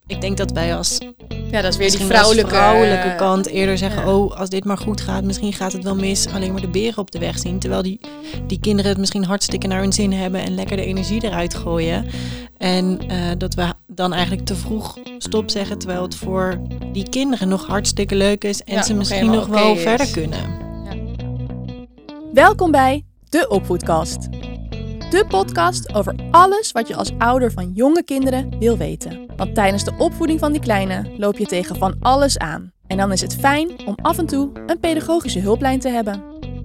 Ik denk dat wij als... Ja, dat is weer die vrouwelijke kant eerder zeggen... als dit maar goed gaat, misschien gaat het wel mis. Alleen maar de beren op de weg zien. Terwijl die kinderen het misschien hartstikke naar hun zin hebben... en lekker de energie eruit gooien. En dat we dan eigenlijk te vroeg stop zeggen... terwijl het voor die kinderen nog hartstikke leuk is... en ze misschien nog wel verder kunnen. Ja. Welkom bij De Opvoedkast. De podcast over alles wat je als ouder van jonge kinderen wil weten. Want tijdens de opvoeding van die kleine loop je tegen van alles aan. En dan is het fijn om af en toe een pedagogische hulplijn te hebben.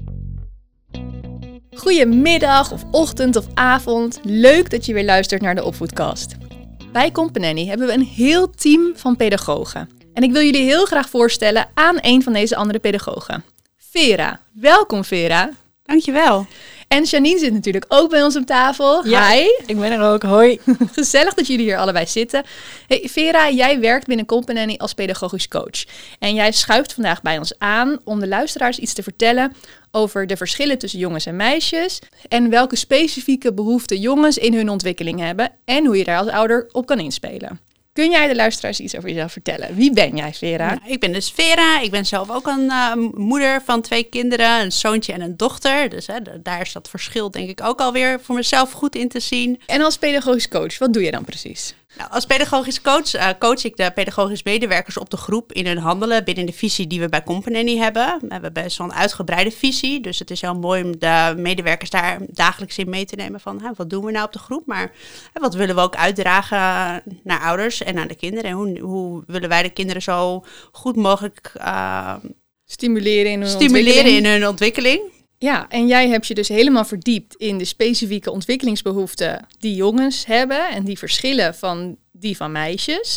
Goedemiddag of ochtend of avond. Leuk dat je weer luistert naar de Opvoedkast. Bij Companany hebben we een heel team van pedagogen. En ik wil jullie heel graag voorstellen aan een van deze andere pedagogen. Vera. Welkom Vera. Dankjewel. En Janine zit natuurlijk ook bij ons op tafel. Ja, hi. Ik ben er ook. Hoi. Gezellig dat jullie hier allebei zitten. Hey, Vera, jij werkt binnen Companany als pedagogisch coach. En jij schuift vandaag bij ons aan om de luisteraars iets te vertellen over de verschillen tussen jongens en meisjes. En welke specifieke behoeften jongens in hun ontwikkeling hebben. En hoe je daar als ouder op kan inspelen. Kun jij de luisteraars iets over jezelf vertellen? Wie ben jij, Vera? Ja, ik ben dus Vera. Ik ben zelf ook een moeder van 2 kinderen. Een zoontje en een dochter. Dus daar is dat verschil denk ik ook alweer voor mezelf goed in te zien. En als pedagogisch coach, wat doe je dan precies? Nou, als pedagogisch coach coach ik de pedagogisch medewerkers op de groep in hun handelen binnen de visie die we bij Companany hebben. We hebben best wel een uitgebreide visie, dus het is heel mooi om de medewerkers daar dagelijks in mee te nemen van wat doen we nou op de groep, maar wat willen we ook uitdragen naar ouders en naar de kinderen en hoe willen wij de kinderen zo goed mogelijk stimuleren in hun ontwikkeling. Ja, en jij hebt je dus helemaal verdiept in de specifieke ontwikkelingsbehoeften die jongens hebben en die verschillen van die van meisjes.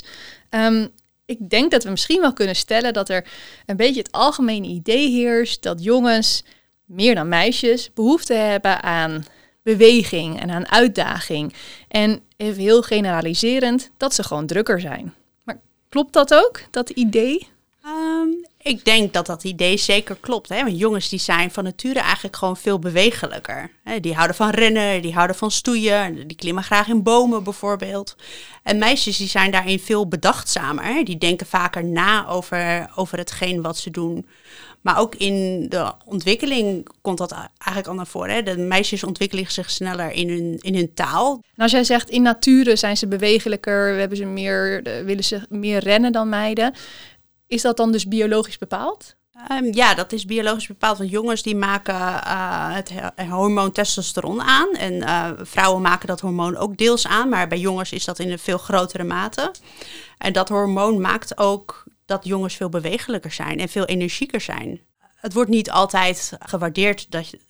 Ik denk dat we misschien wel kunnen stellen dat er een beetje het algemene idee heerst dat jongens meer dan meisjes behoefte hebben aan beweging en aan uitdaging. En even heel generaliserend dat ze gewoon drukker zijn. Maar klopt dat ook, dat idee? Ik denk dat dat idee zeker klopt. Want jongens die zijn van nature eigenlijk gewoon veel bewegelijker. Die houden van rennen, die houden van stoeien. Die klimmen graag in bomen bijvoorbeeld. En meisjes die zijn daarin veel bedachtzamer. Die denken vaker na over hetgeen wat ze doen. Maar ook in de ontwikkeling komt dat eigenlijk al naar voren. De meisjes ontwikkelen zich sneller in hun taal. En als jij zegt in nature zijn ze bewegelijker, willen ze meer rennen dan meiden. Is dat dan dus biologisch bepaald? Ja, dat is biologisch bepaald. Want jongens die maken het hormoon testosteron aan. En vrouwen maken dat hormoon ook deels aan. Maar bij jongens is dat in een veel grotere mate. En dat hormoon maakt ook dat jongens veel bewegelijker zijn en veel energieker zijn. Het wordt niet altijd gewaardeerd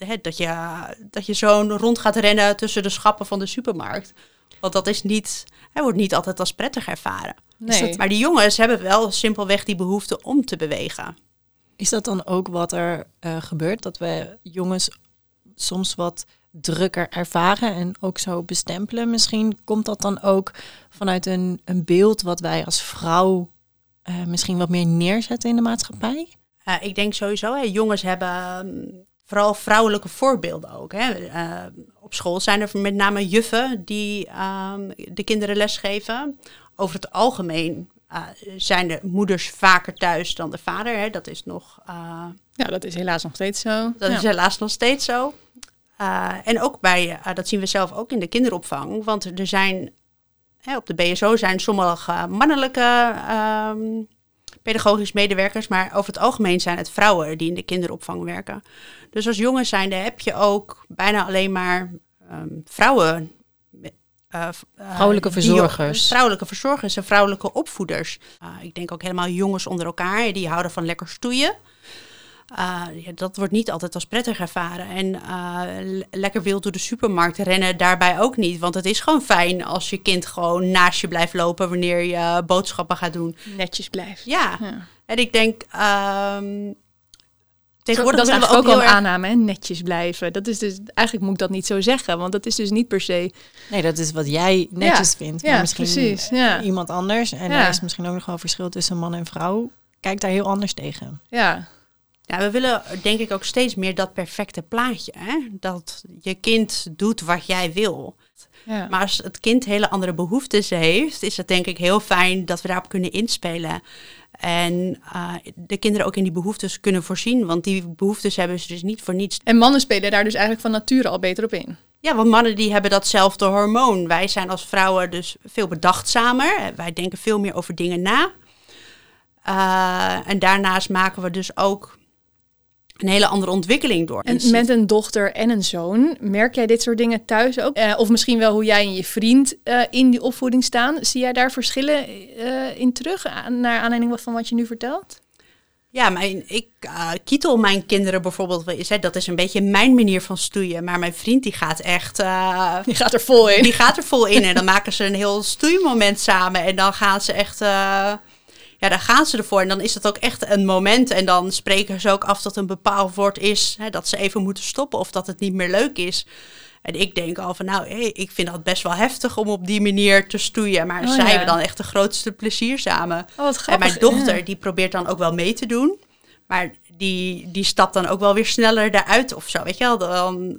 dat je zo rond gaat rennen tussen de schappen van de supermarkt. Want dat is wordt niet altijd als prettig ervaren. Nee. Maar die jongens hebben wel simpelweg die behoefte om te bewegen. Is dat dan ook wat er gebeurt? Dat we jongens soms wat drukker ervaren en ook zo bestempelen? Misschien komt dat dan ook vanuit een beeld wat wij als vrouw misschien wat meer neerzetten in de maatschappij? Ik denk sowieso, jongens hebben vooral vrouwelijke voorbeelden ook. Op school zijn er met name juffen die de kinderen lesgeven. Over het algemeen zijn de moeders vaker thuis dan de vader. Dat is nog... Ja, dat is helaas nog steeds zo. Dat is helaas nog steeds zo. En ook dat zien we zelf ook in de kinderopvang. Want er zijn, op de BSO zijn sommige mannelijke pedagogisch medewerkers. Maar over het algemeen zijn het vrouwen die in de kinderopvang werken. Dus als jongens zijnde heb je ook bijna alleen maar vrouwen... Vrouwelijke verzorgers. Vrouwelijke verzorgers en vrouwelijke opvoeders. Ik denk ook helemaal jongens onder elkaar. Die houden van lekker stoeien. Dat wordt niet altijd als prettig ervaren. En lekker wild door de supermarkt rennen daarbij ook niet. Want het is gewoon fijn als je kind gewoon naast je blijft lopen wanneer je boodschappen gaat doen. Netjes blijft. Ja. En ik denk... tegenwoordig dat is eigenlijk ook wel een aanname, hè? Netjes blijven. Dat is dus, eigenlijk moet ik dat niet zo zeggen, want dat is dus niet per se... Nee, dat is wat jij netjes vindt. Maar misschien precies, iemand anders. En er is misschien ook nog wel verschil tussen man en vrouw. Kijk daar heel anders tegen. Ja. Ja, we willen denk ik ook steeds meer dat perfecte plaatje. Hè? Dat je kind doet wat jij wil. Ja. Maar als het kind hele andere behoeftes heeft, is het denk ik heel fijn dat we daarop kunnen inspelen. En de kinderen ook in die behoeftes kunnen voorzien. Want die behoeftes hebben ze dus niet voor niets. En mannen spelen daar dus eigenlijk van nature al beter op in. Ja, want mannen die hebben datzelfde hormoon. Wij zijn als vrouwen dus veel bedachtzamer. Wij denken veel meer over dingen na. En daarnaast maken we dus ook een hele andere ontwikkeling door. En met een dochter en een zoon, merk jij dit soort dingen thuis ook? Of misschien wel hoe jij en je vriend in die opvoeding staan. Zie jij daar verschillen in terug, naar aanleiding van wat je nu vertelt? Ja, ik kietel mijn kinderen bijvoorbeeld wel eens. Dat is een beetje mijn manier van stoeien. Maar mijn vriend die gaat echt... die gaat er vol in. Die gaat er vol in. En dan maken ze een heel stoeimoment samen. En dan gaan ze echt... Ja, daar gaan ze ervoor. En dan is dat ook echt een moment. En dan spreken ze ook af dat een bepaald woord is. Hè, dat ze even moeten stoppen of dat het niet meer leuk is. En ik denk al van ik vind dat best wel heftig om op die manier te stoeien. Maar zij hebben dan echt de grootste plezier samen. Oh, wat grappig. En mijn dochter die probeert dan ook wel mee te doen. Maar die stapt dan ook wel weer sneller eruit of zo. Weet je wel, dan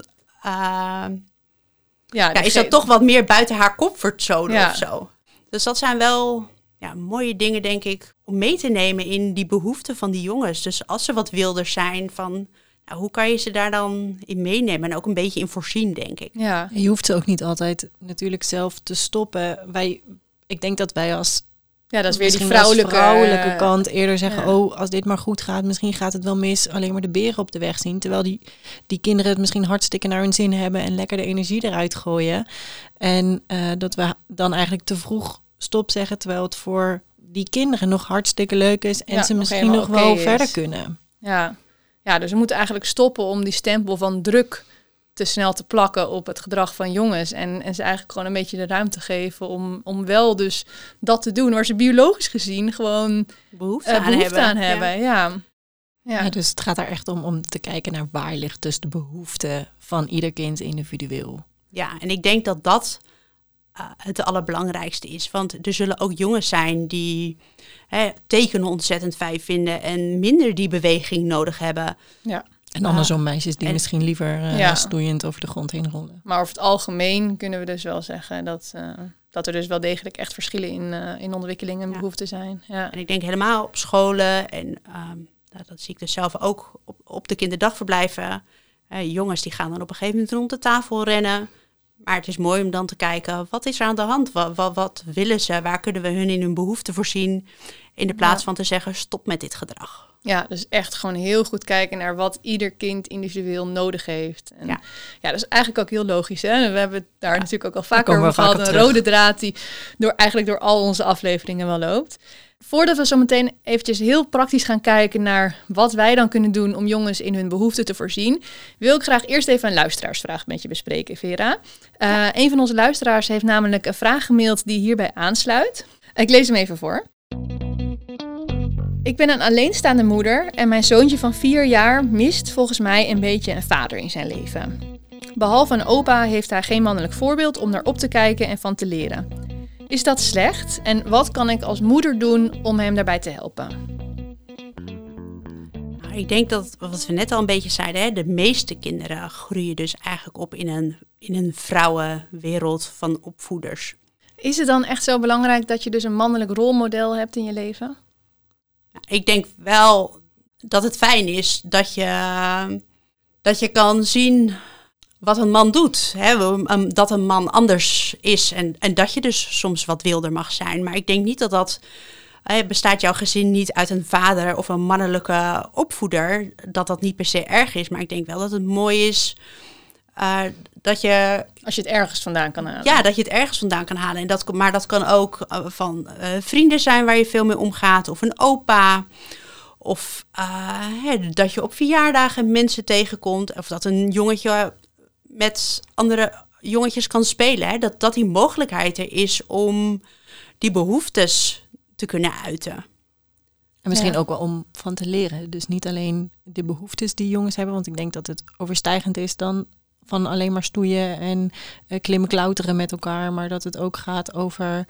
is dat toch wat meer buiten haar comfortzone of zo. Dus dat zijn wel... Ja, mooie dingen, denk ik, om mee te nemen in die behoeften van die jongens. Dus als ze wat wilder zijn, van hoe kan je ze daar dan in meenemen? En ook een beetje in voorzien, denk ik. Ja. Je hoeft ze ook niet altijd natuurlijk zelf te stoppen. Ik denk dat wij als... Ja, dat is weer die vrouwelijke kant eerder zeggen... als dit maar goed gaat, misschien gaat het wel mis. Alleen maar de beren op de weg zien. Terwijl die kinderen het misschien hartstikke naar hun zin hebben... en lekker de energie eruit gooien. En dat we dan eigenlijk te vroeg... stop zeggen, terwijl het voor die kinderen nog hartstikke leuk is en ze misschien nog wel verder kunnen. Ja, dus we moeten eigenlijk stoppen om die stempel van druk te snel te plakken op het gedrag van jongens en ze eigenlijk gewoon een beetje de ruimte geven om wel dus dat te doen waar ze biologisch gezien gewoon behoefte aan hebben. Ja, dus het gaat er echt om te kijken naar waar ligt dus de behoefte van ieder kind individueel. Ja, en ik denk dat het allerbelangrijkste is. Want er zullen ook jongens zijn die tekenen ontzettend fijn vinden en minder die beweging nodig hebben. Ja. En andersom meisjes die misschien liever stoeiend over de grond heen rollen. Maar over het algemeen kunnen we dus wel zeggen dat er dus wel degelijk echt verschillen in ontwikkeling en behoeften zijn. Ja. En ik denk helemaal op scholen en dat zie ik dus zelf ook op de kinderdagverblijven. Jongens die gaan dan op een gegeven moment rond de tafel rennen. Maar het is mooi om dan te kijken, wat is er aan de hand? Wat willen ze? Waar kunnen we hun in hun behoeften voorzien? In de plaats van te zeggen, stop met dit gedrag. Ja, dus echt gewoon heel goed kijken naar wat ieder kind individueel nodig heeft. En dat is eigenlijk ook heel logisch. Hè? We hebben het daar natuurlijk ook al vaker over gehad. Een rode draad die door al onze afleveringen wel loopt. Voordat we zo meteen eventjes heel praktisch gaan kijken naar wat wij dan kunnen doen om jongens in hun behoeften te voorzien, wil ik graag eerst even een luisteraarsvraag met je bespreken, Vera. Een van onze luisteraars heeft namelijk een vraag gemaild die hierbij aansluit. Ik lees hem even voor. Ik ben een alleenstaande moeder en mijn zoontje van 4 jaar mist volgens mij een beetje een vader in zijn leven. Behalve een opa heeft hij geen mannelijk voorbeeld om naar op te kijken en van te leren. Is dat slecht? En wat kan ik als moeder doen om hem daarbij te helpen? Nou, ik denk dat, wat we net al een beetje zeiden, de meeste kinderen groeien dus eigenlijk op in een vrouwenwereld van opvoeders. Is het dan echt zo belangrijk dat je dus een mannelijk rolmodel hebt in je leven? Ik denk wel dat het fijn is dat je kan zien wat een man doet. Hè? Dat een man anders is en dat je dus soms wat wilder mag zijn. Maar ik denk niet dat bestaat jouw gezin niet uit een vader of een mannelijke opvoeder, dat niet per se erg is. Maar ik denk wel dat het mooi is dat je... Als je het ergens vandaan kan halen. Ja, dat je het ergens vandaan kan halen. Maar dat kan ook van vrienden zijn waar je veel mee omgaat. Of een opa. Of dat je op verjaardagen mensen tegenkomt. Of dat een jongetje met andere jongetjes kan spelen. Hè? Dat die mogelijkheid er is om die behoeftes te kunnen uiten. En misschien ook wel om van te leren. Dus niet alleen de behoeftes die jongens hebben. Want ik denk dat het overstijgend is dan van alleen maar stoeien en klimmen klauteren met elkaar. Maar dat het ook gaat over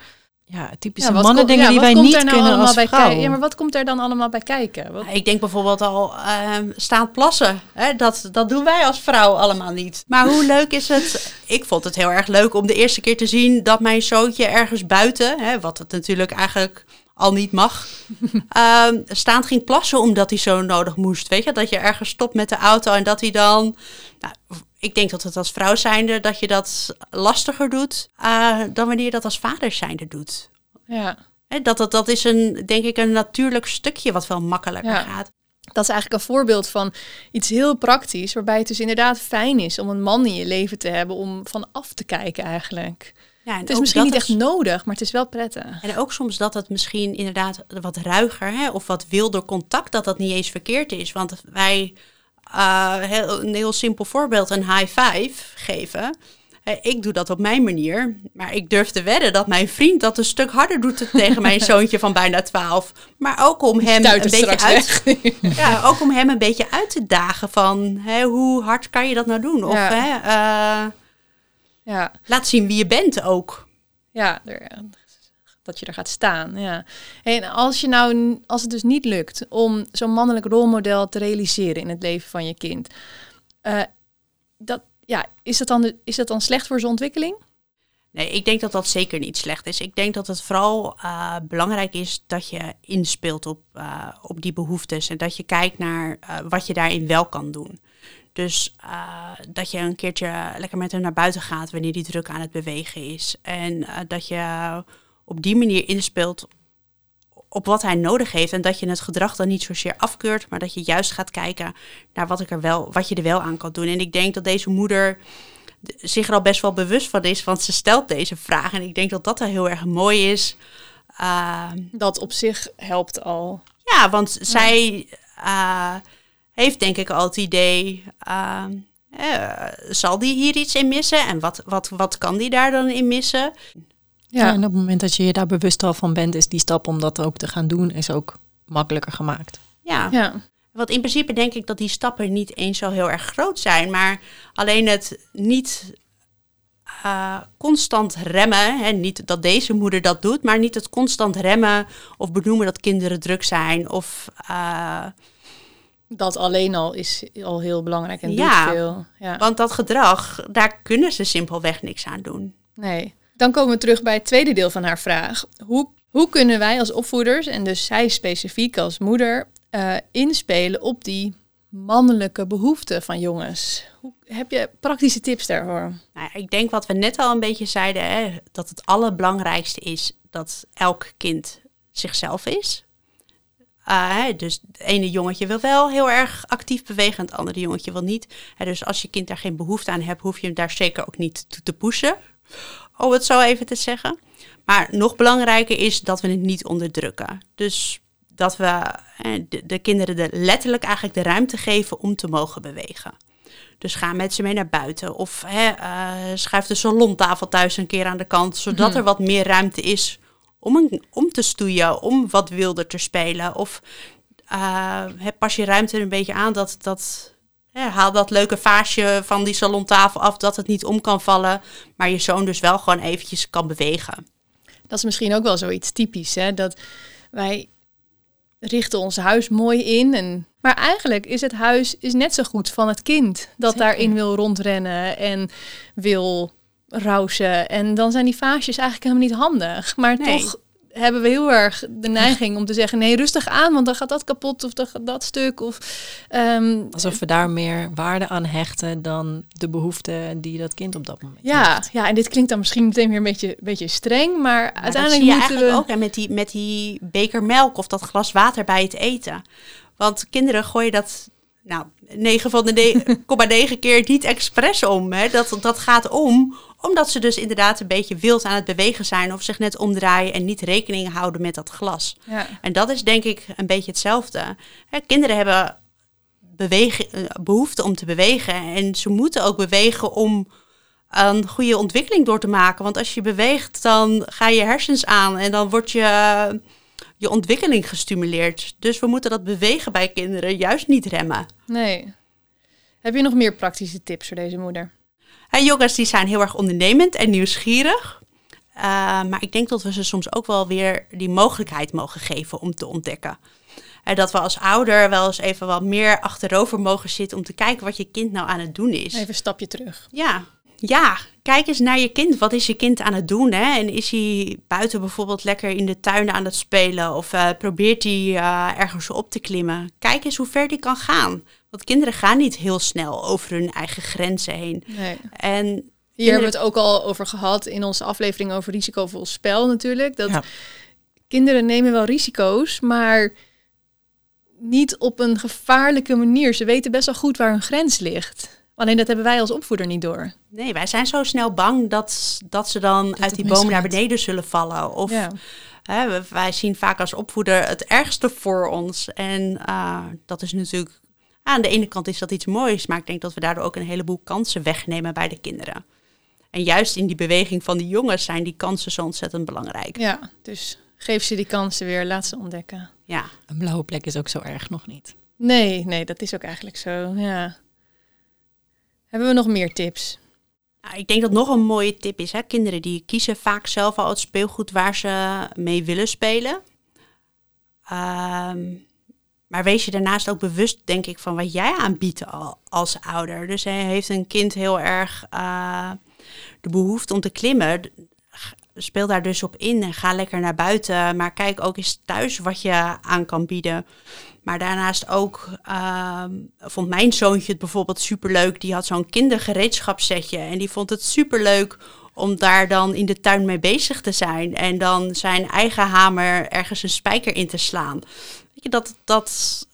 typische mannen dingen die wij niet kunnen als vrouw. Ja, maar wat komt er dan allemaal bij kijken? Ik denk bijvoorbeeld al staand plassen. Hè? Dat doen wij als vrouw allemaal niet. Maar hoe leuk is het? Ik vond het heel erg leuk om de eerste keer te zien dat mijn zoontje ergens buiten, hè, wat het natuurlijk eigenlijk al niet mag, staand ging plassen omdat hij zo nodig moest. Weet je, dat je ergens stopt met de auto en dat hij dan... Nou, ik denk dat het als vrouw zijnde dat je dat lastiger doet dan wanneer je dat als vader zijnde doet. Ja. Dat is denk ik een natuurlijk stukje wat wel makkelijker gaat. Dat is eigenlijk een voorbeeld van iets heel praktisch, waarbij het dus inderdaad fijn is om een man in je leven te hebben om van af te kijken eigenlijk. Ja, het is misschien niet echt nodig, maar het is wel prettig. En ook soms dat het misschien inderdaad wat ruiger of wat wilder contact, dat niet eens verkeerd is. Want wij, een heel simpel voorbeeld, een high five geven. Ik doe dat op mijn manier, maar ik durf te wedden dat mijn vriend dat een stuk harder doet tegen mijn zoontje van bijna 12. Maar ook om hem een beetje uit te dagen van hoe hard kan je dat nou doen? Of laat zien wie je bent ook. Ja, dat je er gaat staan. Ja. En als het dus niet lukt om zo'n mannelijk rolmodel te realiseren in het leven van je kind, is dat dan slecht voor zijn ontwikkeling? Nee, ik denk dat dat zeker niet slecht is. Ik denk dat het vooral belangrijk is dat je inspeelt op die behoeftes en dat je kijkt naar wat je daarin wel kan doen. Dus dat je een keertje lekker met hem naar buiten gaat wanneer hij druk aan het bewegen is. En dat je op die manier inspeelt op wat hij nodig heeft. En dat je het gedrag dan niet zozeer afkeurt, maar dat je juist gaat kijken naar wat je er wel aan kan doen. En ik denk dat deze moeder zich er al best wel bewust van is, want ze stelt deze vraag. En ik denk dat dat heel erg mooi is. Dat op zich helpt al. Ja, want zij heeft denk ik al het idee, zal die hier iets in missen? En wat kan die daar dan in missen? Ja, en op het moment dat je je daar bewust al van bent, is die stap om dat ook te gaan doen, is ook makkelijker gemaakt. Ja. Want in principe denk ik dat die stappen niet eens zo heel erg groot zijn, maar alleen het niet constant remmen, hè, niet dat deze moeder dat doet, maar niet het constant remmen of benoemen dat kinderen druk zijn of... Dat alleen al is al heel belangrijk en doet veel. Ja, want dat gedrag, daar kunnen ze simpelweg niks aan doen. Nee. Dan komen we terug bij het tweede deel van haar vraag. Hoe kunnen wij als opvoeders, en dus zij specifiek als moeder, inspelen op die mannelijke behoeften van jongens? Heb je praktische tips daarvoor? Nou, ik denk wat we net al een beetje zeiden, dat het allerbelangrijkste is dat elk kind zichzelf is. Dus het ene jongetje wil wel heel erg actief bewegen, het andere jongetje wil niet. Dus als je kind daar geen behoefte aan hebt, hoef je hem daar zeker ook niet toe te pushen. Om het zo even te zeggen. Maar nog belangrijker is dat we het niet onderdrukken. Dus dat we de kinderen letterlijk eigenlijk de ruimte geven om te mogen bewegen. Dus ga met ze mee naar buiten. Of schuif de salontafel thuis een keer aan de kant. Zodat er wat meer ruimte is om te stoeien. Om wat wilder te spelen. Of pas je ruimte er een beetje aan haal dat leuke vaasje van die salontafel af, dat het niet om kan vallen, maar je zoon dus wel gewoon eventjes kan bewegen. Dat is misschien ook wel zoiets typisch, hè? Dat wij richten ons huis mooi in. Maar eigenlijk is het huis net zo goed van het kind dat zeker daarin wil rondrennen en wil rousen. En dan zijn die vaasjes eigenlijk helemaal niet handig. Maar toch hebben we heel erg de neiging om te zeggen, nee, rustig aan, want dan gaat dat kapot of dan gaat dat stuk. Alsof we daar meer waarde aan hechten dan de behoeften die dat kind op dat moment heeft. Ja, en dit klinkt dan misschien meteen weer een beetje streng, maar uiteindelijk dat zie je moeten eigenlijk ook met die beker melk of dat glas water bij het eten. Want kinderen gooien dat 9 van de 9 keer niet expres om. Hè. Dat gaat omdat ze dus inderdaad een beetje wild aan het bewegen zijn of zich net omdraaien en niet rekening houden met dat glas. Ja. En dat is denk ik een beetje hetzelfde. Kinderen hebben behoefte om te bewegen en ze moeten ook bewegen om een goede ontwikkeling door te maken. Want als je beweegt, dan ga je hersens aan en dan wordt je ontwikkeling gestimuleerd. Dus we moeten dat bewegen bij kinderen juist niet remmen. Nee. Heb je nog meer praktische tips voor deze moeder? Jongens die zijn heel erg ondernemend en nieuwsgierig. Maar ik denk dat we ze soms ook wel weer die mogelijkheid mogen geven om te ontdekken. Dat we als ouder wel eens even wat meer achterover mogen zitten om te kijken wat je kind nou aan het doen is. Even een stapje terug. Ja, kijk eens naar je kind. Wat is je kind aan het doen? Hè? En is hij buiten bijvoorbeeld lekker in de tuin aan het spelen? Of probeert hij ergens op te klimmen? Kijk eens hoe ver die kan gaan. Want kinderen gaan niet heel snel over hun eigen grenzen heen. Nee. En hier hebben we het ook al over gehad in onze aflevering over risicovol spel natuurlijk. Dat kinderen nemen wel risico's, maar niet op een gevaarlijke manier. Ze weten best wel goed waar hun grens ligt. Alleen dat hebben wij als opvoeder niet door. Nee, wij zijn zo snel bang dat ze dan uit die boom naar beneden zullen vallen. Of wij zien vaak als opvoeder het ergste voor ons. En dat is natuurlijk... aan de ene kant is dat iets moois, maar ik denk dat we daardoor ook een heleboel kansen wegnemen bij de kinderen. En juist in die beweging van die jongens zijn die kansen zo ontzettend belangrijk. Ja, dus geef ze die kansen weer, laat ze ontdekken. Ja. Een blauwe plek is ook zo erg nog niet. Nee, dat is ook eigenlijk zo, ja. Hebben we nog meer tips? Nou, ik denk dat nog een mooie tip is, kinderen die kiezen vaak zelf al het speelgoed waar ze mee willen spelen. Maar wees je daarnaast ook bewust, denk ik, van wat jij aanbiedt als ouder. Dus heeft een kind heel erg de behoefte om te klimmen, speel daar dus op in en ga lekker naar buiten. Maar kijk ook eens thuis wat je aan kan bieden. Maar daarnaast ook vond mijn zoontje het bijvoorbeeld superleuk. Die had zo'n kindergereedschapssetje en die vond het superleuk om daar dan in de tuin mee bezig te zijn. En dan zijn eigen hamer ergens een spijker in te slaan. Weet je, dat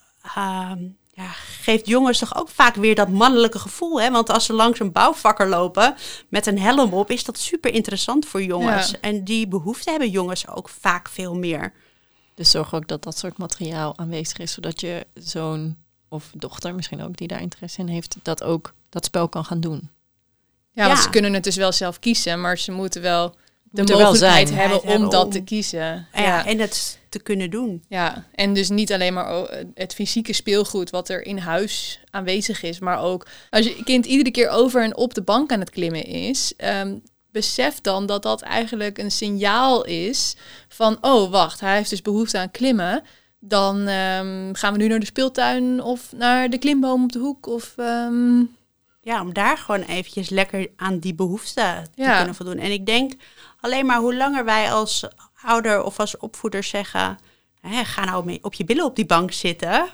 geeft jongens toch ook vaak weer dat mannelijke gevoel. Hè? Want als ze langs een bouwvakker lopen met een helm op, is dat super interessant voor jongens. Ja. En die behoefte hebben jongens ook vaak veel meer. Dus zorg ook dat dat soort materiaal aanwezig is, zodat je zoon of dochter misschien ook die daar interesse in heeft, dat ook dat spel kan gaan doen. Ja, want ze kunnen het dus wel zelf kiezen, maar ze moeten wel de mogelijkheid hebben om dat te kiezen. Ja, en het te kunnen doen. Ja, en dus niet alleen maar het fysieke speelgoed wat er in huis aanwezig is, maar ook als je kind iedere keer over en op de bank aan het klimmen is, besef dan dat dat eigenlijk een signaal is van, oh wacht, hij heeft dus behoefte aan klimmen. Dan gaan we nu naar de speeltuin of naar de klimboom op de hoek. Of, Ja, om daar gewoon eventjes lekker aan die behoefte te kunnen voldoen. En ik denk alleen maar hoe langer wij als ouder of als opvoeder zeggen, ga nou mee op je billen op die bank zitten.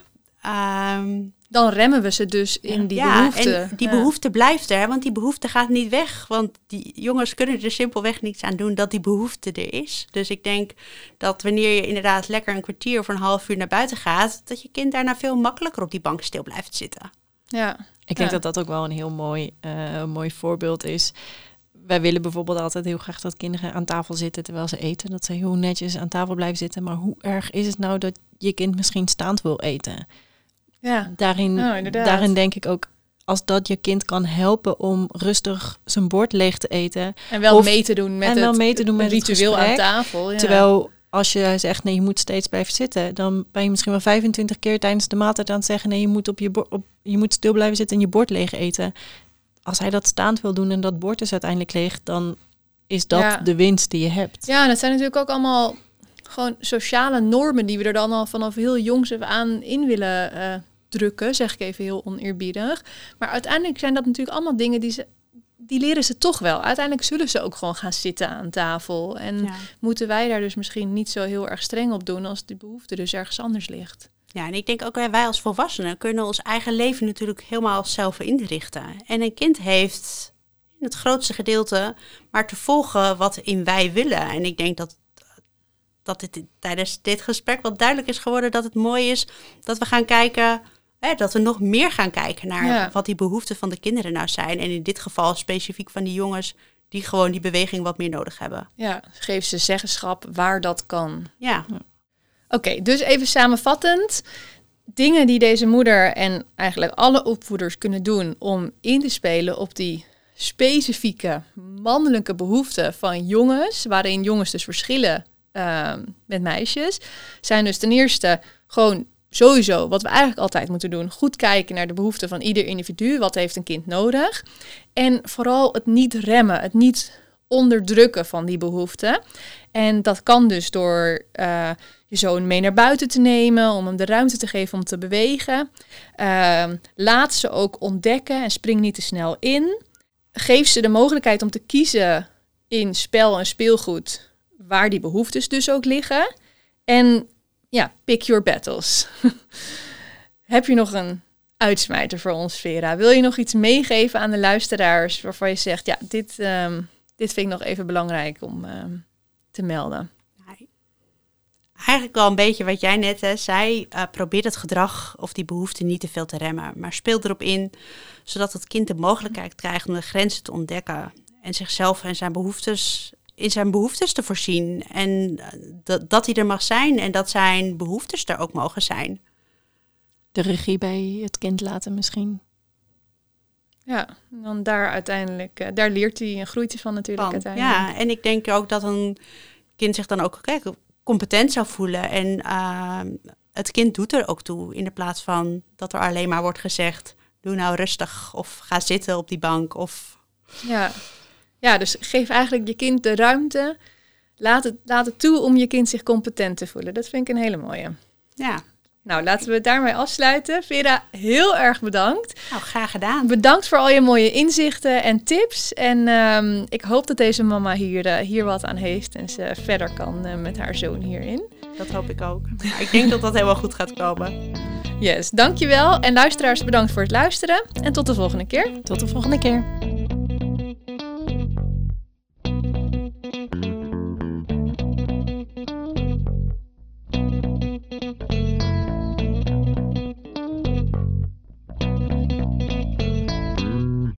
Dan remmen we ze dus in die behoefte. En die behoefte blijft er, want die behoefte gaat niet weg. Want die jongens kunnen er simpelweg niets aan doen dat die behoefte er is. Dus ik denk dat wanneer je inderdaad lekker een kwartier of een half uur naar buiten gaat, dat je kind daarna veel makkelijker op die bank stil blijft zitten. Ja. Ik denk dat dat ook wel een heel mooi voorbeeld is. Wij willen bijvoorbeeld altijd heel graag dat kinderen aan tafel zitten terwijl ze eten. Dat ze heel netjes aan tafel blijven zitten. Maar hoe erg is het nou dat je kind misschien staand wil eten? Ja, daarin denk ik ook, als dat je kind kan helpen om rustig zijn bord leeg te eten. En wel mee te doen met het ritueel aan tafel. Ja. Terwijl als je zegt, nee, je moet steeds blijven zitten, dan ben je misschien wel 25 keer tijdens de maaltijd aan het zeggen, nee, je moet stil blijven zitten en je bord leeg eten. Als hij dat staand wil doen en dat bord is uiteindelijk leeg, dan is dat de winst die je hebt. Ja, dat zijn natuurlijk ook allemaal gewoon sociale normen die we er dan al vanaf heel jongs aan in willen drukken, zeg ik even heel oneerbiedig. Maar uiteindelijk zijn dat natuurlijk allemaal dingen die leren ze toch wel. Uiteindelijk zullen ze ook gewoon gaan zitten aan tafel. En moeten wij daar dus misschien niet zo heel erg streng op doen als die behoefte dus ergens anders ligt. Ja, en ik denk ook wij als volwassenen kunnen ons eigen leven natuurlijk helemaal zelf inrichten. En een kind heeft in het grootste gedeelte maar te volgen wat in wij willen. En ik denk dat het tijdens dit gesprek wat duidelijk is geworden dat het mooi is dat we gaan kijken, dat we nog meer gaan kijken naar wat die behoeften van de kinderen nou zijn. En in dit geval specifiek van die jongens die gewoon die beweging wat meer nodig hebben. Ja, geef ze zeggenschap waar dat kan. Ja. Oké, dus even samenvattend. Dingen die deze moeder en eigenlijk alle opvoeders kunnen doen om in te spelen op die specifieke mannelijke behoeften van jongens, waarin jongens dus verschillen met meisjes, zijn dus ten eerste gewoon sowieso, wat we eigenlijk altijd moeten doen, goed kijken naar de behoeften van ieder individu. Wat heeft een kind nodig? En vooral het niet remmen, het niet onderdrukken van die behoeften. En dat kan dus door je zoon mee naar buiten te nemen, om hem de ruimte te geven om te bewegen. Laat ze ook ontdekken en spring niet te snel in. Geef ze de mogelijkheid om te kiezen in spel en speelgoed waar die behoeftes dus ook liggen. En ja, pick your battles. Heb je nog een uitsmijter voor ons, Vera? Wil je nog iets meegeven aan de luisteraars waarvan je zegt, ja, dit vind ik nog even belangrijk om te melden? Eigenlijk wel een beetje wat jij net zei. Probeer het gedrag of die behoefte niet te veel te remmen. Maar speel erop in, zodat het kind de mogelijkheid krijgt om de grenzen te ontdekken. En zichzelf en in zijn behoeftes te voorzien. En dat hij er mag zijn en dat zijn behoeftes er ook mogen zijn. De regie bij het kind laten misschien. Ja, dan daar uiteindelijk, daar leert hij en groeit hij van natuurlijk uiteindelijk. Ja, en ik denk ook dat een kind zich dan ook competent zou voelen. En het kind doet er ook toe. In de plaats van dat er alleen maar wordt gezegd, doe nou rustig of ga zitten op die bank. Ja, dus geef eigenlijk je kind de ruimte. Laat het toe om je kind zich competent te voelen. Dat vind ik een hele mooie. Ja. Nou, laten we het daarmee afsluiten. Vera, heel erg bedankt. Nou, graag gedaan. Bedankt voor al je mooie inzichten en tips. En ik hoop dat deze mama hier wat aan heeft en ze verder kan met haar zoon hierin. Dat hoop ik ook. Maar ik denk dat dat helemaal goed gaat komen. Yes, dankjewel. En luisteraars, bedankt voor het luisteren. En tot de volgende keer. Tot de volgende keer.